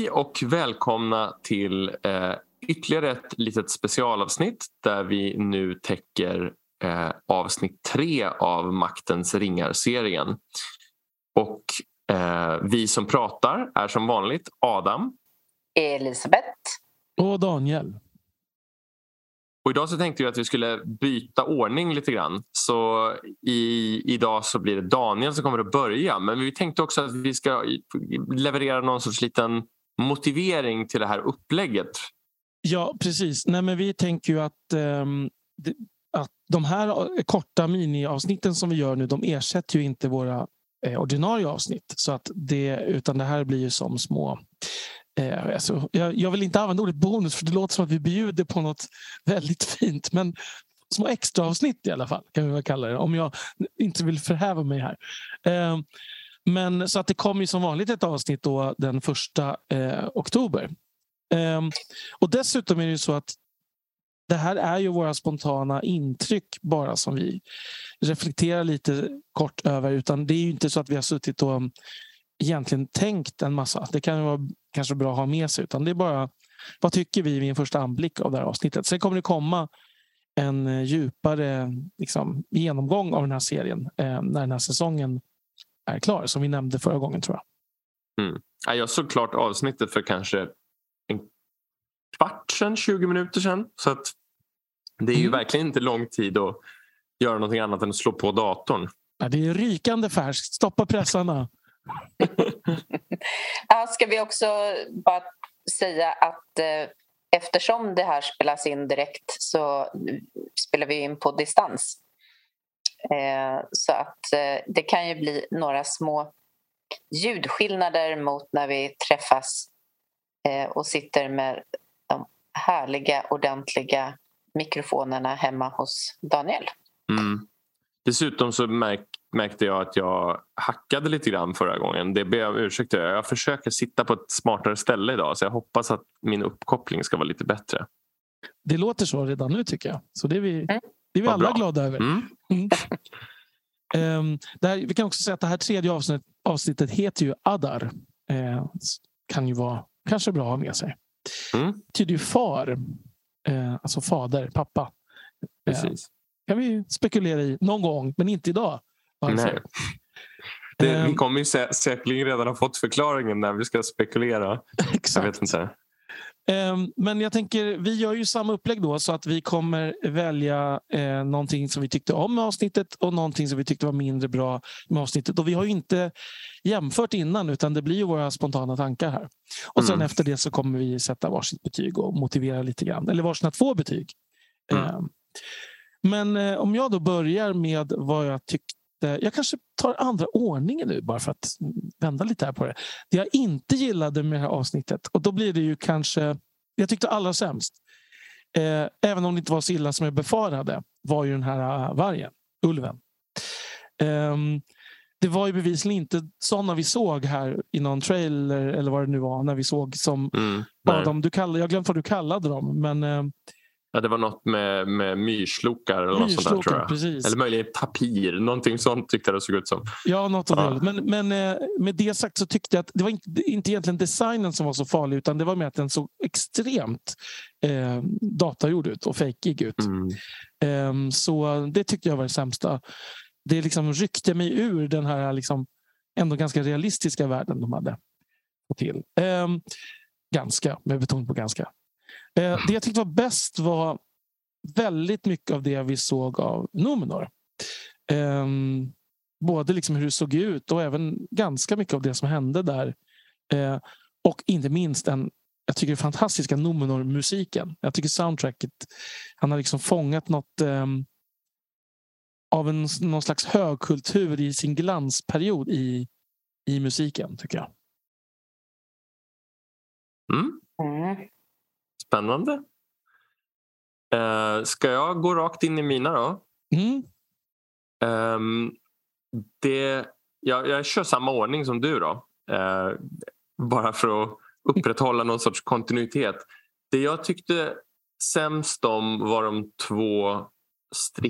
Hej och välkomna till ytterligare ett litet specialavsnitt där vi nu täcker avsnitt 3 av Maktens ringar-serien. Och vi som pratar är som vanligt Adam, Elisabeth och Daniel. Och idag så tänkte vi att vi skulle byta ordning lite grann. Så idag så blir det Daniel som kommer att börja. Men vi tänkte också att vi ska leverera någon sorts liten motivering till det här upplägget. Ja, precis. Nej, men vi tänker ju att de här korta miniavsnitten som vi gör nu, de ersätter ju inte våra ordinarie avsnitt. Så att utan det här blir ju som små... Alltså, jag vill inte använda ordet bonus för det låter som att vi bjuder på något väldigt fint. Men små extra avsnitt i alla fall kan vi väl kalla det. Om jag inte vill förhäva mig här. Men så att det kommer ju som vanligt ett avsnitt då den 1 oktober. Och dessutom är det ju så att det här är ju våra spontana intryck bara som vi reflekterar lite kort över. Utan det är ju inte så att vi har suttit och egentligen tänkt en massa. Det kan ju vara kanske bra att ha med sig. Utan det är bara, vad tycker vi vid en första anblick av det här avsnittet. Sen kommer det komma en djupare genomgång av den här serien när den här säsongen är klar. Som vi nämnde förra gången, tror jag. Ja, jag såg klart avsnittet för kanske en kvart sedan, 20 minuter sedan. Så att det är ju verkligen inte lång tid att göra någonting annat än att slå på datorn. Ja, det är rykande färskt. Stoppa pressarna. Ska vi också bara säga att eftersom det här spelas in direkt så spelar vi in på distans. Så att det kan ju bli några små ljudskillnader mot när vi träffas och sitter med de härliga, ordentliga mikrofonerna hemma hos Daniel. Dessutom så märkte jag att jag hackade lite grann förra gången. Det ber jag om ursäkt. Jag försöker sitta på ett smartare ställe idag. Så jag hoppas att min uppkoppling ska vara lite bättre. Det låter så redan nu, tycker jag. Så det är vi alla bra. Glada över. Vi kan också säga att det här tredje avsnittet heter ju Adar. Kan ju vara kanske bra att ha med sig. Det betyder ju far. Alltså fader, pappa. Precis. Kan vi spekulera i någon gång, men inte idag. Nej. Vi kommer ju säkerligen redan ha fått förklaringen när vi ska spekulera. Exakt. Jag vet inte. Men jag tänker, vi gör ju samma upplägg då, så att vi kommer välja någonting som vi tyckte om med avsnittet och någonting som vi tyckte var mindre bra med avsnittet. Och vi har ju inte jämfört innan, utan det blir ju våra spontana tankar här. Och sen efter det så kommer vi sätta varsitt betyg och motivera lite grann. Eller varsina 2 betyg. Men om jag då börjar med vad jag tyckte... Jag kanske tar andra ordningen nu bara för att vända lite här på det. Det jag inte gillade med det här avsnittet, och då blir det ju kanske... Jag tyckte allra sämst, även om det inte var så illa som jag befarade, var ju den här vargen, ulven. Det var ju bevisligen inte sådana vi såg här i någon trailer eller vad det nu var, när vi såg som Adam, jag har glömt vad du kallade dem, men... Ja, det var något med myrslokar eller något sånt där, tror jag. Precis. Eller möjligen tapir, någonting sånt tyckte jag det såg ut som. Ja, något av det. Men med det sagt så tyckte jag att det var inte egentligen designen som var så farlig, utan det var med att den såg extremt datagjord ut och fejkig ut. Så det tyckte jag var det sämsta. Det ryckte mig ur den här ändå ganska realistiska världen de hade fått till. Ganska, med betoning på ganska. Det jag tyckte var bäst var väldigt mycket av det vi såg av Numenor. Både hur det såg ut och även ganska mycket av det som hände där. Och inte minst jag tycker fantastiska Numenor-musiken. Jag tycker soundtracket, han har fångat något av någon slags högkultur i sin glansperiod i musiken, tycker jag. Spännande. Ska jag gå rakt in i mina då? Jag kör samma ordning som du då. Bara för att upprätthålla någon sorts kontinuitet. Det jag tyckte sämst om var de 2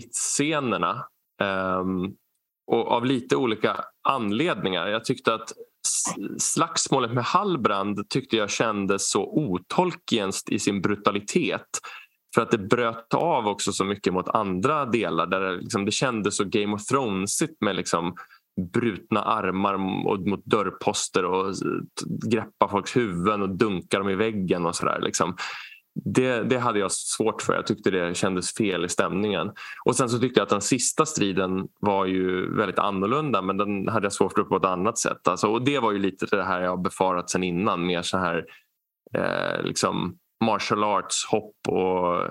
stridsscenerna. Och av lite olika anledningar. Jag tyckte att slagsmålet med Halbrand tyckte jag kändes så otolkenskt i sin brutalitet. För att det bröt av också så mycket mot andra delar där det, liksom, det kändes så Game of Thronesigt med liksom brutna armar mot dörrposter och greppa folks huvuden och dunka dem i väggen och sådär liksom. Det hade jag svårt för. Jag tyckte det kändes fel i stämningen. Och sen så tyckte jag att den sista striden var ju väldigt annorlunda, men den hade jag svårt för på ett annat sätt. Alltså, och det var ju lite det här jag befarat sen innan, mer så här liksom martial arts hopp och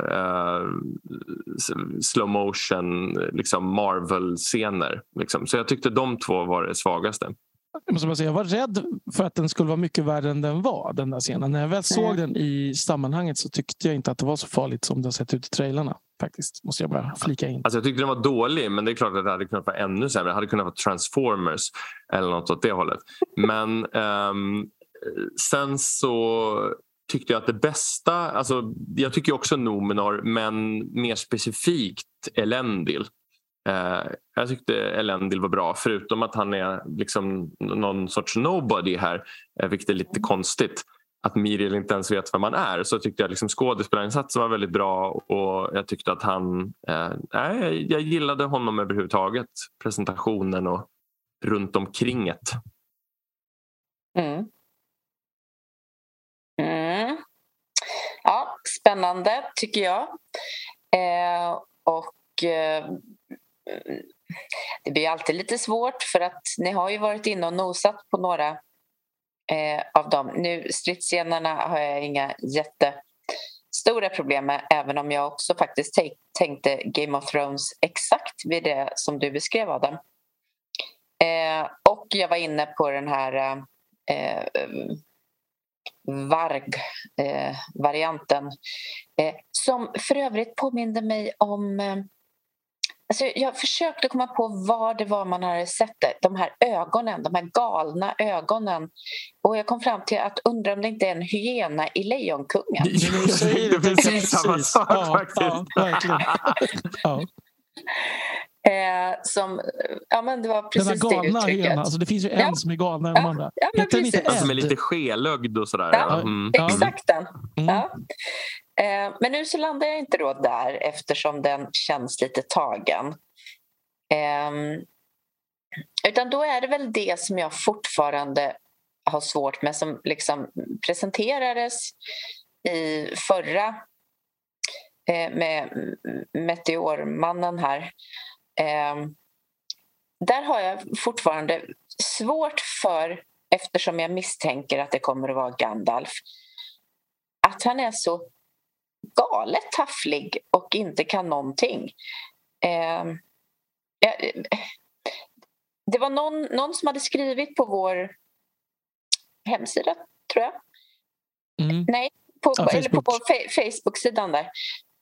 slow motion liksom Marvel-scener liksom. Så jag tyckte de två var det svagaste. Jag var rädd för att den skulle vara mycket värre än den var, den där scenen. När jag väl såg den i sammanhanget så tyckte jag inte att det var så farligt som det har sett ut i trailerna. Faktiskt, måste jag bara flika in. Alltså jag tyckte den var dålig, men det är klart att det hade kunnat vara ännu sämre. Det hade kunnat vara Transformers eller något åt det hållet. Men sen så tyckte jag att det bästa, alltså jag tycker också Numenor, men mer specifikt Elendil. Jag tyckte Elendil var bra, förutom att han är liksom någon sorts nobody här, vilket är lite konstigt att Miriel inte ens vet vem man är. Så tyckte jag liksom skådespelarinsatsen var väldigt bra, och jag tyckte att han jag gillade honom överhuvudtaget, presentationen och runt omkringet. Ja, spännande tycker jag. Det blir alltid lite svårt, för att ni har ju varit inne och nosat på några av dem. Nu, stridsscenerna har jag inga jättestora problem med, även om jag också faktiskt tänkte Game of Thrones exakt vid det som du beskrev, Adam. Och jag var inne på den här Varg-varianten som för övrigt påminde mig om... Alltså jag försökte komma på vad det var man hade sett det. De här ögonen, de här galna ögonen. Och jag kom fram till att undra om det inte är en hyena i Lejonkungen. Det är precis samma sak faktiskt. Ja, verkligen. Ja. Men det var precis den här galna det uttrycket. Hyena, alltså det finns ju en som är galnare än de andra. Som är lite skelögd och sådär. Ja, exakt den. Ja. Men nu så landar jag inte då där, eftersom den känns lite tagen. Utan då är det väl det som jag fortfarande har svårt med, som liksom presenterades i förra med Meteormannen här. Där har jag fortfarande svårt för, eftersom jag misstänker att det kommer att vara Gandalf, att han är så galet tafflig och inte kan någonting. Det var någon som hade skrivit på vår hemsida, tror jag. Nej, på vår Facebook-sidan där.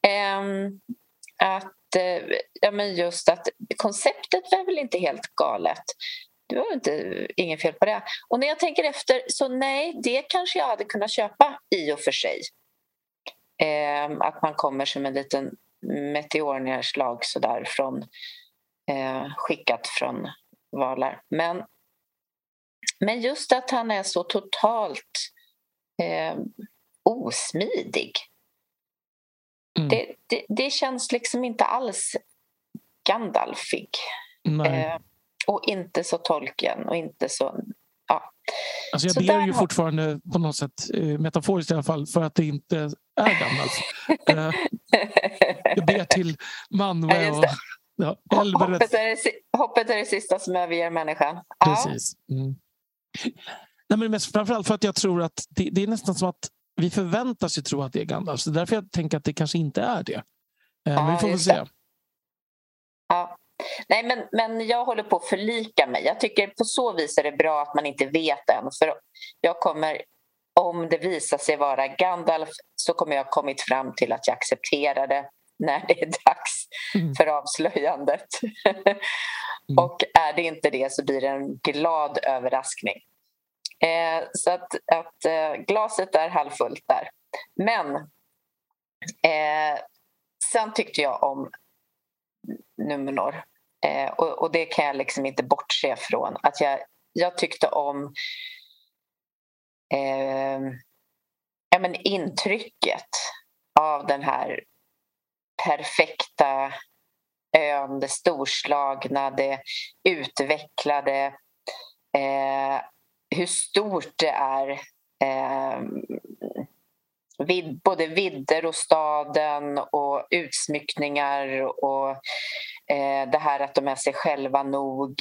Men just att konceptet var väl inte helt galet. Det var ingen fel på det. Och när jag tänker efter, så nej, det kanske jag hade kunnat köpa i och för sig. Att man kommer som en liten meteornedslag sådär från skickat från Valar. Men just att han är så totalt osmidig. Det känns liksom inte alls Gandalfig. Och inte så Tolkien och inte så... Ja. Alltså jag ber ju fortfarande på något sätt, metaforiskt i alla fall, för att det inte är Gandalf. Jag ber till Manwe och... Ja, hoppet är det sista som överger människan. Precis. Nej, men mest framförallt för att jag tror att det är nästan som att vi förväntar sig tro att det är Gandalf. Så därför jag tänker att det kanske inte är det. Men vi får väl se. Ja. Nej, men jag håller på att förlika mig. Jag tycker på så vis är det bra att man inte vet än. För jag kommer, om det visar sig vara Gandalf, så kommer jag ha kommit fram till att jag accepterar det när det är dags för avslöjandet. Och är det inte det, så blir det en glad överraskning. Så att glaset är halvfullt där. Men sen tyckte jag om Numenor. Och det kan jag liksom inte bortse från. Att jag tyckte om intrycket av den här perfekta ön, det storslagna, det utvecklade, hur stort det är, både vidder och staden och utsmyckningar och det här att de är sig själva nog.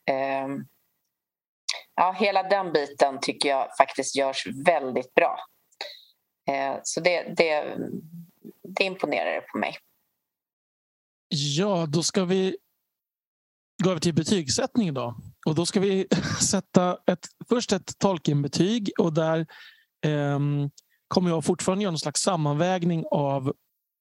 Hela den biten tycker jag faktiskt görs väldigt bra. Så det imponerar på mig. Ja, då ska vi gå över till betygssättning då. Och då ska vi sätta först ett Tolkien-betyg, och där kommer jag fortfarande göra någon slags sammanvägning av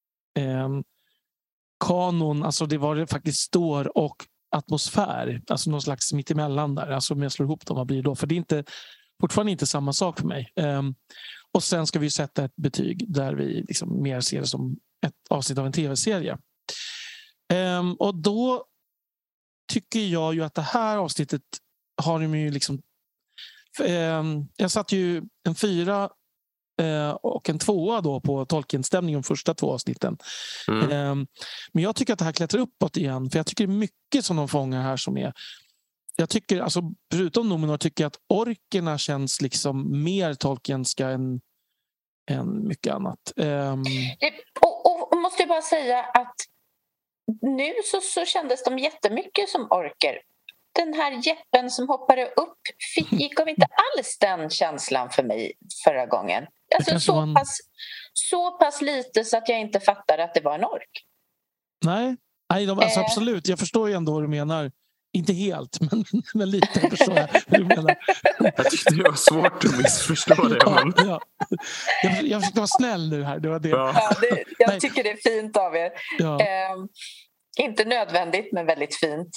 kanon, alltså det var det faktiskt står, och atmosfär, alltså någon slags mittemellan där, alltså om jag slår ihop dem, vad blir det då? För det är fortfarande inte samma sak för mig. Och sen ska vi sätta ett betyg där vi liksom mer ser det som ett avsnitt av en tv-serie. Och då tycker jag ju att det här avsnittet har ju liksom jag satt ju en 4 och en 2 då på Tolkien-stämningen de första 2 avsnitten. Men jag tycker att det här klättrar uppåt igen, för jag tycker det är mycket som de fångar här som är, jag tycker, alltså förutom Numenor, tycker jag att orkerna känns liksom mer Tolkienska än mycket annat. Och måste jag bara säga att nu så kändes de jättemycket som orker. Den här jeppen som hoppade upp gav inte alls den känslan för mig förra gången. Alltså så pass lite så att jag inte fattade att det var en ork. Nej, alltså absolut. Jag förstår ju ändå vad du menar. Inte helt, men lite förstår jag hur du menar. Jag tyckte det var svårt att missförstå det. Ja. Jag försökte vara snäll nu här. Det var det. Jag tycker det är fint av er. Ja. Inte nödvändigt, men väldigt fint.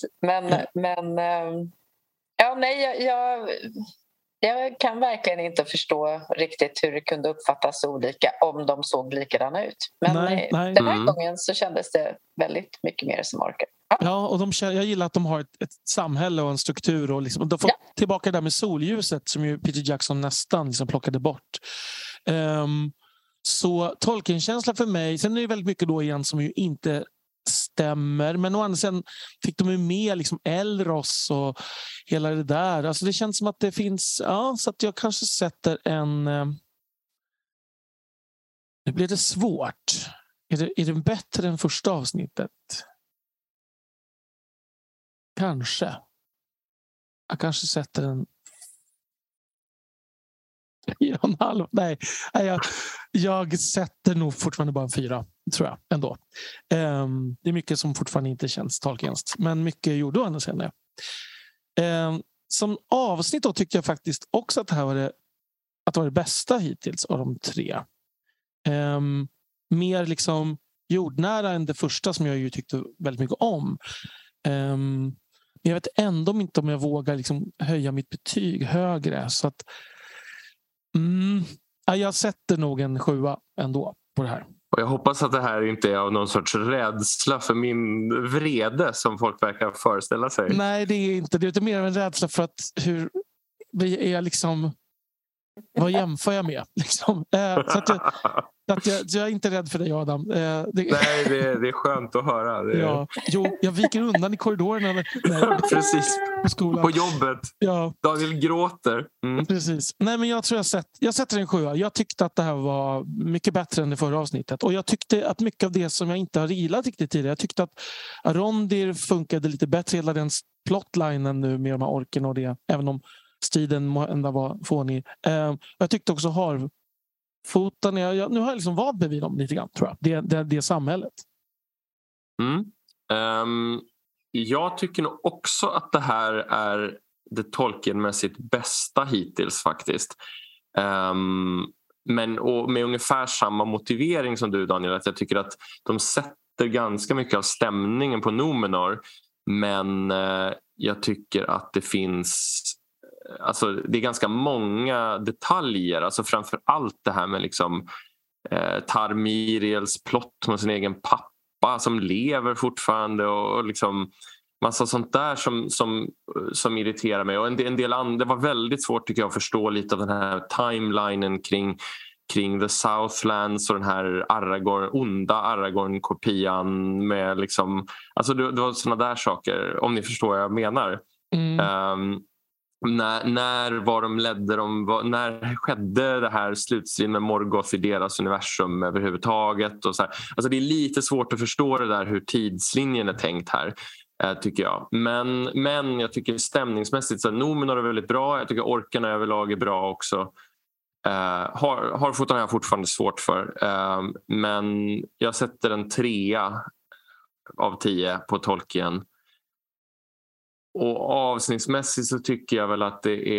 Jag kan verkligen inte förstå riktigt hur det kunde uppfattas så olika om de såg likadana ut. Men den här gången så kändes det väldigt mycket mer som orkar. Ja, och jag gillar att de har ett samhälle och en struktur. Och liksom, de får tillbaka det där med solljuset som ju Peter Jackson nästan liksom plockade bort. Så Tolkien-känsla för mig, sen är det väldigt mycket då igen som ju inte stämmer, men å andra sidan fick de ju med liksom Elros och hela det där. Alltså det känns som att det finns, så att jag kanske sätter nu blir det svårt. Är det bättre än första avsnittet? Kanske. Jag kanske sätter en 4,5. Nej, jag sätter nog fortfarande bara en 4, tror jag ändå. Det är mycket som fortfarande inte känns Tolkienskt, men mycket gjorde å andra sidan. Som avsnitt då tyckte jag faktiskt också att det här var det bästa hittills av de 3. Mer liksom jordnära än det första, som jag ju tyckte väldigt mycket om. Men jag vet ändå inte om jag vågar liksom höja mitt betyg högre, så att jag sätter nog en 7 ändå på det här. Och jag hoppas att det här inte är av någon sorts rädsla för min vrede som folk verkar föreställa sig. Nej, det är inte. Det är lite mer av en rädsla för att hur vi är liksom, vad jämför jag med? Liksom. Så att jag är inte rädd för dig, Adam. Nej, det är skönt att höra. Ja. Jo, jag viker undan i korridoren. Precis, på skolan. På jobbet. Ja. Daniel gråter. Precis. Nej, men jag tror jag sätter en 7. Jag tyckte att det här var mycket bättre än det förra avsnittet. Och jag tyckte att mycket av det som jag inte har gillat riktigt tidigare. Jag tyckte att Arondir funkade lite bättre, hela den plotlinen nu med de här orken och det. Även om striden ändå var fånig. Jag tyckte också Harfoten, nu har jag liksom valt bredvid dem lite grann, tror jag. Det samhället. Jag tycker nog också att det här är det Tolkien-mässigt bästa hittills faktiskt. Men med ungefär samma motivering som du, Daniel, att jag tycker att de sätter ganska mycket av stämningen på Numenor, men jag tycker att det finns, alltså det är ganska många detaljer, alltså framför allt det här med liksom Tar Miriels plott med sin egen pappa som lever fortfarande och liksom massa sånt där som irriterar mig. Och en del andra, det var väldigt svårt tycker jag att förstå lite av den här timelinen kring The Southlands och den här onda Aragorn-kopian med liksom, alltså det var såna där saker, om ni förstår vad jag menar. När var de ledde när skedde det här slutstriden med Morgoth i deras universum överhuvudtaget och så här. Alltså det är lite svårt att förstå det där hur tidslinjen är tänkt här, tycker jag. Men jag tycker stämningsmässigt så Númenor är väldigt bra. Jag tycker orkarna överlag är bra också. Harfotarna har jag fortfarande svårt för, men jag sätter en 3 av 10 på Tolkien. Och avsnittsmässigt så tycker jag väl att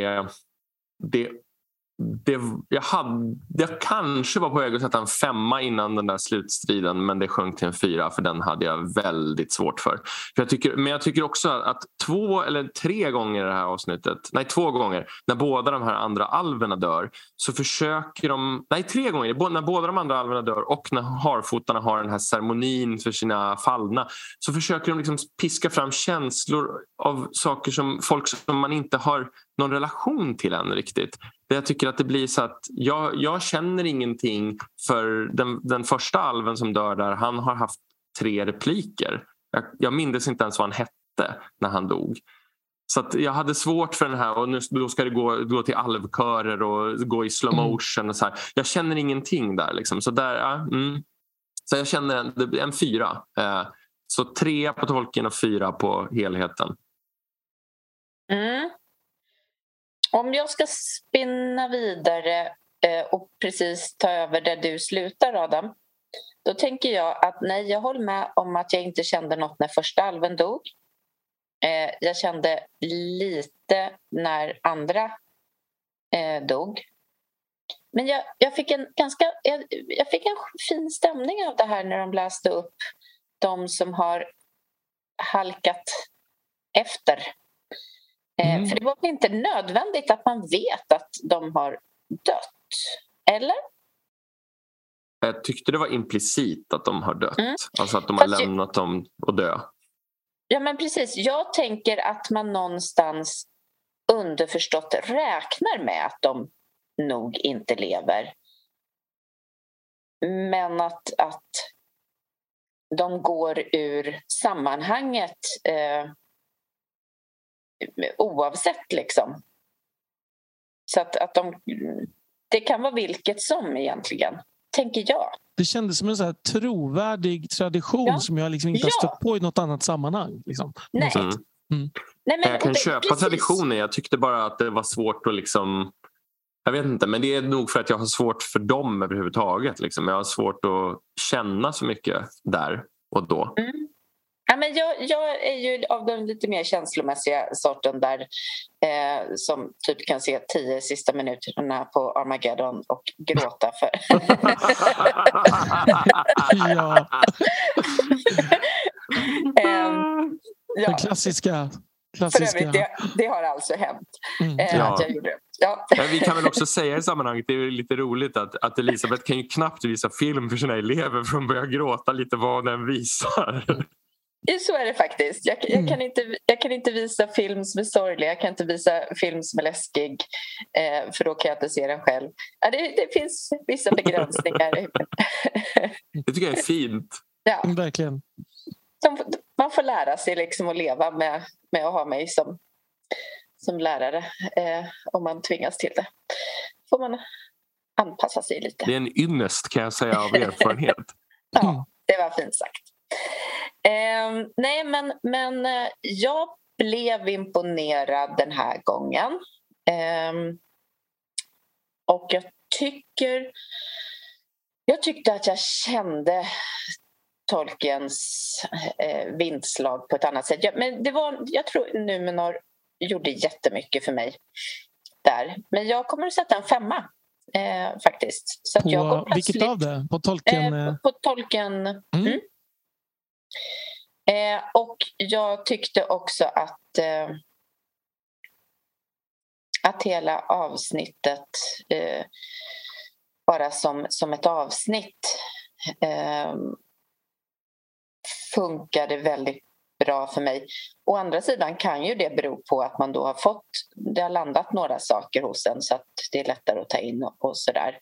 jag kanske var på väg att sätta en 5 innan den där slutstriden, men det sjönk till en 4 för den hade jag väldigt svårt för. Men jag tycker också att 2 eller 3 gånger i det här avsnittet, 2 gånger, när båda de här andra alverna dör, så försöker de, 3 gånger, när båda de andra alverna dör och när Harfotarna har den här ceremonin för sina fallna, så försöker de liksom piska fram känslor av saker som folk som man inte har någon relation till än riktigt. Jag tycker att det blir så att jag känner ingenting för den första alven som dör där. Han har haft 3 repliker. Jag minns inte ens vad han hette när han dog. Så att jag hade svårt för den här, och då ska det gå till alvkörer och gå i slow motion och så här. Jag känner ingenting där liksom. Så där, så jag känner en 4. Så 3 på Tolkien och 4 på helheten. Om jag ska spinna vidare och precis ta över där du slutar, Adam, då tänker jag att nej, jag håller med om att jag inte kände något när första alven dog. Jag kände lite när andra dog. Men jag fick en fin stämning av det här när de läste upp de som har halkat efter. För det var inte nödvändigt att man vet att de har dött. Eller? Jag tyckte det var implicit att de har dött. Alltså att de har lämnat dem och dö. Ja, men precis. Jag tänker att man någonstans underförstått räknar med att de nog inte lever. Men att de går ur sammanhanget oavsett liksom. Så att det kan vara vilket som egentligen, tänker jag. Det kändes som en så här trovärdig tradition som jag liksom inte har stött på i något annat sammanhang. Liksom. Nej. Nej, men, jag kan köpa traditionen. Jag tyckte bara att det var svårt att liksom... Jag vet inte, men det är nog för att jag har svårt för dem överhuvudtaget. Liksom. Jag har svårt att känna så mycket där och då. Ja, men jag är ju av den lite mer känslomässiga sorten där som typ kan se 10 sista minuterna på Armageddon och gråta för. Ja. Den klassiska. För övrigt, det har alltså hänt att jag gjorde det. Ja. Vi kan väl också säga i sammanhanget, det är lite roligt att Elisabeth kan ju knappt visa film för sina elever för att börja gråta lite vad den visar. Så är det faktiskt. Jag kan inte visa film som är sorglig. Jag kan inte visa film som är läskig. För då kan jag inte se den själv. Ja, det finns vissa begränsningar. Det tycker jag är fint. Ja. Verkligen. Man får lära sig liksom att leva med att ha mig som lärare. Om man tvingas till det. Får man anpassa sig lite. Det är en ynnest, kan jag säga, av erfarenhet. Ja, det var fint sagt. Nej, men jag blev imponerad den här gången. Och jag tyckte att jag kände Tolkiens vindslag på ett annat sätt. Men jag tror Númenor gjorde jättemycket för mig där. Men jag kommer att sätta en 5 faktiskt. Så att jag går vilket av det? På Tolkien? På Tolkien. Och jag tyckte också att hela avsnittet bara som ett avsnitt funkade väldigt bra för mig. Å andra sidan kan ju det bero på att man då har det har landat några saker hos en så att det är lättare att ta in och sådär.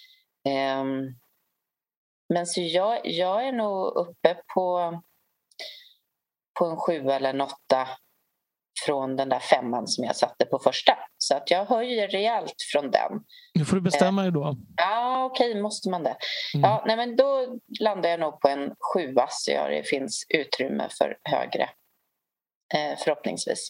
Men så jag är nog uppe på en 7 eller en 8 från den där 5 som jag satte på första. Så att jag höjer rejält från den. Nu får du bestämma dig då. Ja, okej, måste man det. Ja, nej, men då landar jag nog på en 7, så det finns utrymme för högre. Förhoppningsvis.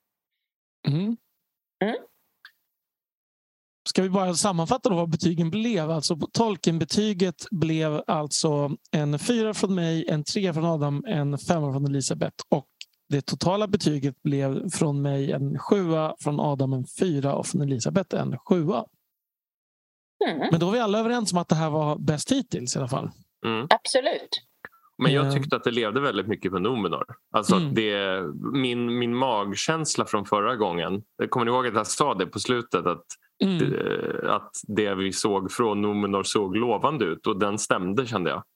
Ska vi bara sammanfatta då vad betygen blev? Alltså Tolkien-betyget blev alltså en 4 från mig, en 3 från Adam, en 5 från Elisabeth. Och det totala betyget blev från mig en 7, från Adam en 4 och från Elisabeth en 7. Men då var vi alla överens om att det här var bäst hittills i alla fall. Absolut. Men jag tyckte att det levde väldigt mycket på Numenor. Alltså min magkänsla från förra gången. Kommer ni ihåg att jag sa det på slutet? Att det vi såg från Numenor såg lovande ut. Och den stämde, kände jag.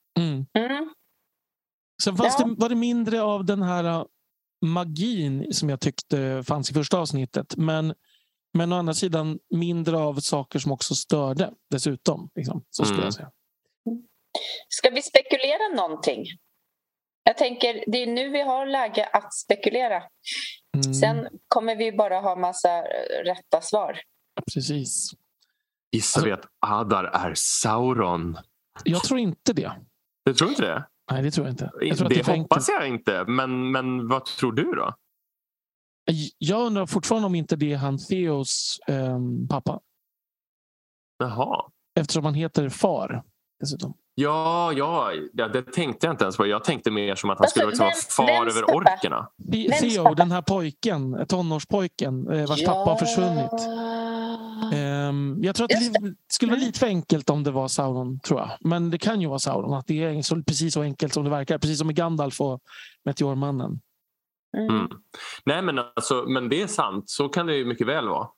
Sen var det mindre av den här magin som jag tyckte fanns i första avsnittet. Men å andra sidan mindre av saker som också störde dessutom. Liksom, så skulle jag säga. Ska vi spekulera någonting? Jag tänker, det är nu vi har läge att spekulera. Sen kommer vi bara ha massa rätta svar. Precis. Gissar vi att Adar är Sauron? Jag tror inte det. Du tror inte det? Nej, det tror jag inte. Det hoppas jag inte. Men vad tror du då? Jag undrar fortfarande om inte det är han Theos pappa. Jaha. Eftersom han heter far dessutom. Ja, det tänkte jag inte ens på. Jag tänkte mer som att han skulle vara far över orkerna. Theo, den här pojken, tonårspojken, vars pappa har försvunnit. Jag tror att det skulle vara lite för enkelt om det var Sauron, tror jag. Men det kan ju vara Sauron, att det är precis så enkelt som det verkar. Precis som i Gandalf och Meteormannen. Nej, men det är sant. Så kan det ju mycket väl vara.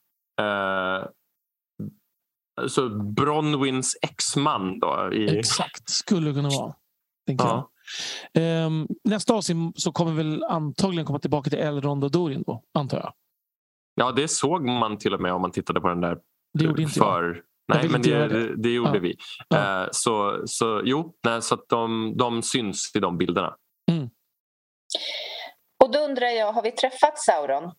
Så Bronwyns ex-man då? Exakt, skulle kunna vara. Ja. Nästa avsnitt så kommer väl antagligen komma tillbaka till Elrond och Durin då, antar jag. Ja, det såg man till och med om man tittade på den där. Det gjorde inte jag. Nej, men det gjorde vi. Ja. Så att de syns i de bilderna. Och då undrar jag, har vi träffat Sauron?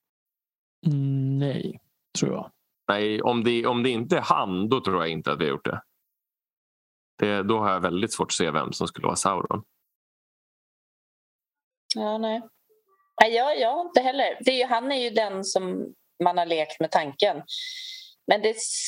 Nej, tror jag. Nej, om det inte är han, då tror jag inte att vi har gjort det. Då har jag väldigt svårt att se vem som skulle vara Sauron. Ja, nej. Jag har inte heller. Han är ju den som man har lekt med tanken. Men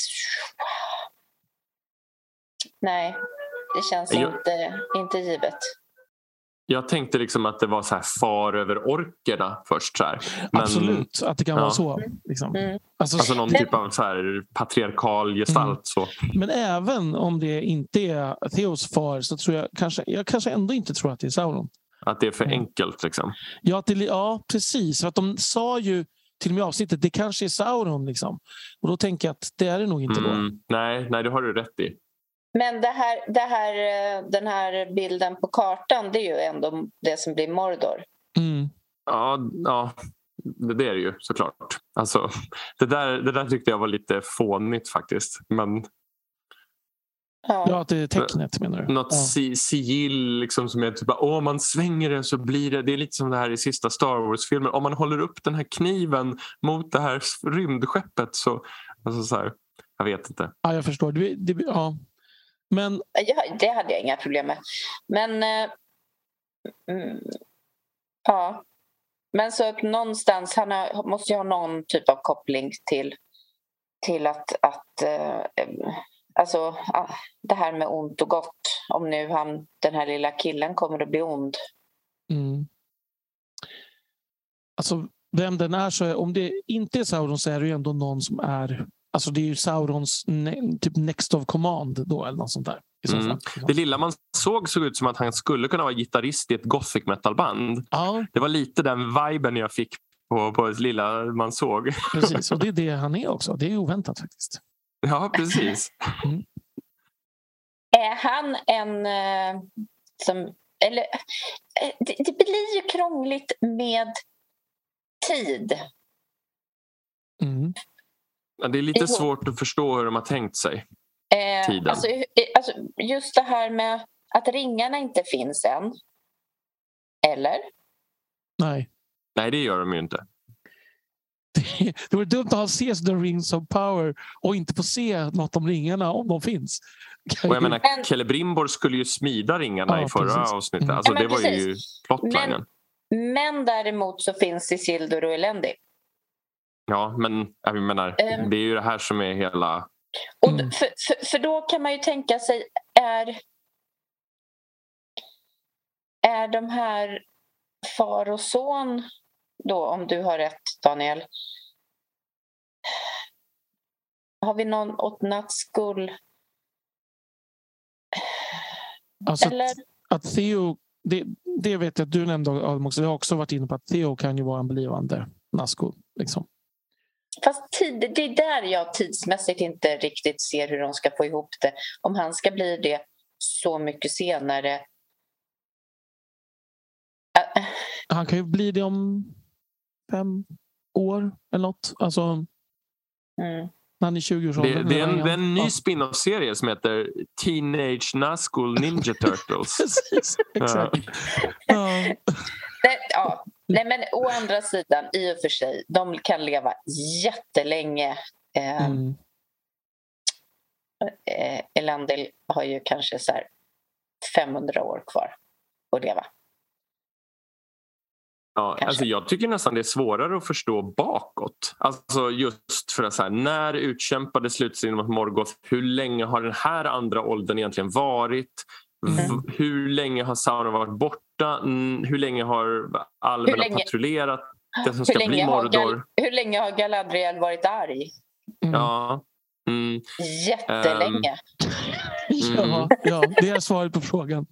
nej, det känns inte givet. Jag tänkte liksom att det var så här far över orkerna först. Så här. Men, absolut, att det kan vara så. Liksom. Alltså någon typ av så här patriarkal gestalt. Så. Men även om det inte är Theos far så tror jag kanske ändå inte tror att det är Sauron. Att det är för enkelt liksom. Ja, precis. För att de sa ju till och med avsnittet, det kanske är Sauron liksom. Och då tänker jag att det är det nog inte då. Nej, det har du rätt i. Men den här bilden på kartan, det är ju ändå det som blir Mordor. Ja, det är det ju såklart. Alltså, det där tyckte jag var lite fånigt faktiskt. Men ja, att det är tecknet menar du? Något sigill liksom, som är typ om man svänger det så blir det. Det är lite som det här i sista Star Wars-filmen. Om man håller upp den här kniven mot det här rymdskeppet så, alltså så här, jag vet inte. Ja, jag förstår. Ja. Men det hade jag inga problem med. Men men så att någonstans måste ju ha någon typ av koppling till att alltså det här med ont och gott, om nu den här lilla killen kommer att bli ond. Alltså vem den är, så om det inte är Sauron så är det ju ändå någon som är, alltså det är ju Saurons typ next of command då eller något sånt där. Det lilla man såg ut som att han skulle kunna vara gitarrist i ett gothic metalband. Ja. Det var lite den viben jag fick på det lilla man såg. Precis, och det är det han är också. Det är oväntat faktiskt. Ja, precis. Är han eller det blir ju krångligt med tid. Mm. Det är lite svårt att förstå hur de har tänkt sig tiden. Alltså, just det här med att ringarna inte finns än. Eller? Nej, det gör de ju inte. Det vore dumt att se The Rings of Power och inte få se något om ringarna om de finns. Och jag menar, Celebrimbor skulle ju smida ringarna i förra avsnittet. Alltså, det var ju plotlinen. Men däremot så finns Isildur och Elendi. Ja, men jag menar, det är ju det här som är hela... Och för då kan man ju tänka sig, är de här far och son då, om du har rätt, Daniel, har vi någon åt Nazgul? Alltså att Theo, det vet jag att du nämnde också, jag har också varit inne på att Theo kan ju vara en blivande Nazgul liksom. Fast det är där jag tidsmässigt inte riktigt ser hur de ska få ihop det. Om han ska bli det så mycket senare. Han kan ju bli det om 5 år eller något. Alltså när han är 20-årsåldern. Det är en ny spin-off-serie som heter Teenage Nazgul Ninja Turtles. Precis, exakt. Nej, men å andra sidan, i och för sig, de kan leva jättelänge. Elendil har ju kanske så här 500 år kvar att leva. Ja, alltså jag tycker nästan det är svårare att förstå bakåt. Alltså just för att så här, när utkämpade slutstriden mot Morgoth, hur länge har den här andra åldern egentligen varit? Hur länge har Sauron varit borta? Hur länge har alverna patrullerat det som ska bli Mordor? Hur länge har Galadriel varit arg? Ja. Jättelänge. Ja, det är svaret på frågan.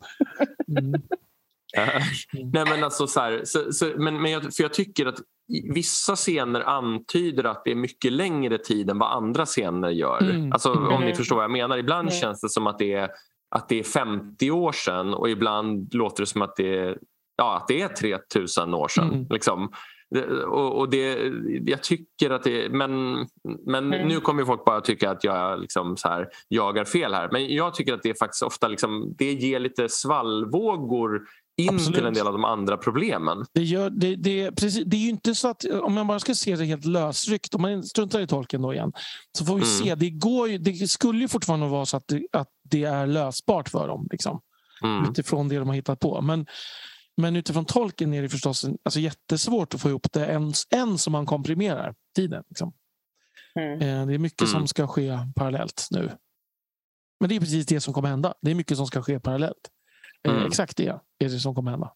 Nej, men alltså så här, men jag tycker att vissa scener antyder att det är mycket längre tid än vad andra scener gör. Alltså om ni förstår vad jag menar. Ibland känns det som att det är 50 år sedan och ibland låter det som att det är 3000 år sedan. Liksom. Och det, jag tycker att det, men nu kommer folk bara tycka att jag liksom så här jagar fel här, men jag tycker att det är faktiskt ofta liksom, det ger lite svallvågor in till en del av de andra problemen. Det är ju inte så att om man bara ska se det helt lösryckt, om man struntar i tolken då igen, så får vi se, det skulle ju fortfarande vara så att det är lösbart för dem liksom, utifrån det de har hittat på, men utifrån tolken är det förstås jättesvårt att få ihop det ens som man komprimerar tiden. Liksom. Det är mycket som ska ske parallellt nu. Men det är precis det som kommer hända. Det är mycket som ska ske parallellt. Exakt det är det som kommer hända.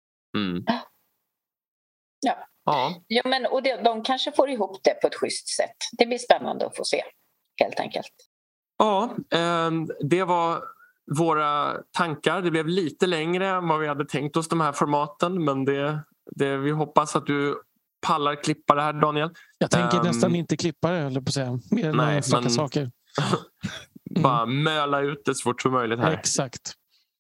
Ja, men och de kanske får ihop det på ett schysst sätt. Det blir spännande att få se, helt enkelt. Ja, det var våra tankar. Det blev lite längre än vad vi hade tänkt oss de här formaten, men vi hoppas att du pallar klippa det här, Daniel. Jag tänker nästan inte klippa det, eller på att säga. Mer än några saker. Bara möla ut det så fort som möjligt här. Exakt.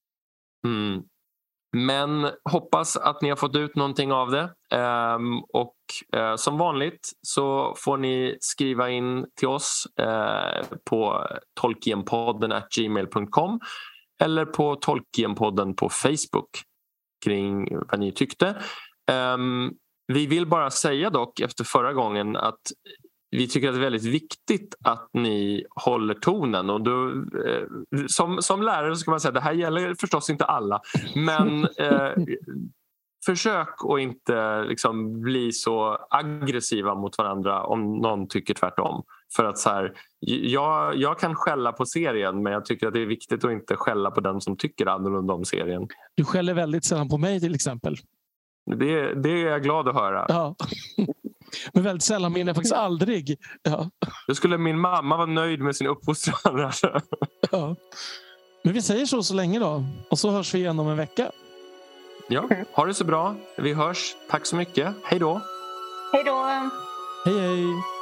Men hoppas att ni har fått ut någonting av det. Och som vanligt så får ni skriva in till oss på tolkienpodden@gmail.com eller på Tolkienpodden på Facebook kring vad ni tyckte. Vi vill bara säga dock efter förra gången att vi tycker att det är väldigt viktigt att ni håller tonen, och då, som lärare så ska man säga att det här gäller förstås inte alla, men försök att inte liksom bli så aggressiva mot varandra om någon tycker tvärtom. För att så här, jag kan skälla på serien, men jag tycker att det är viktigt att inte skälla på den som tycker annorlunda om serien. Du skäller väldigt sällan på mig till exempel. Det är jag glad att höra. Ja. Men väldigt sällan, men faktiskt aldrig. Ja. Då skulle min mamma vara nöjd med sin uppfostran. Ja. Men vi säger så länge då. Och så hörs vi igen om en vecka. Ja, ha det så bra. Vi hörs. Tack så mycket. Hej då. Hej då. Hej hej.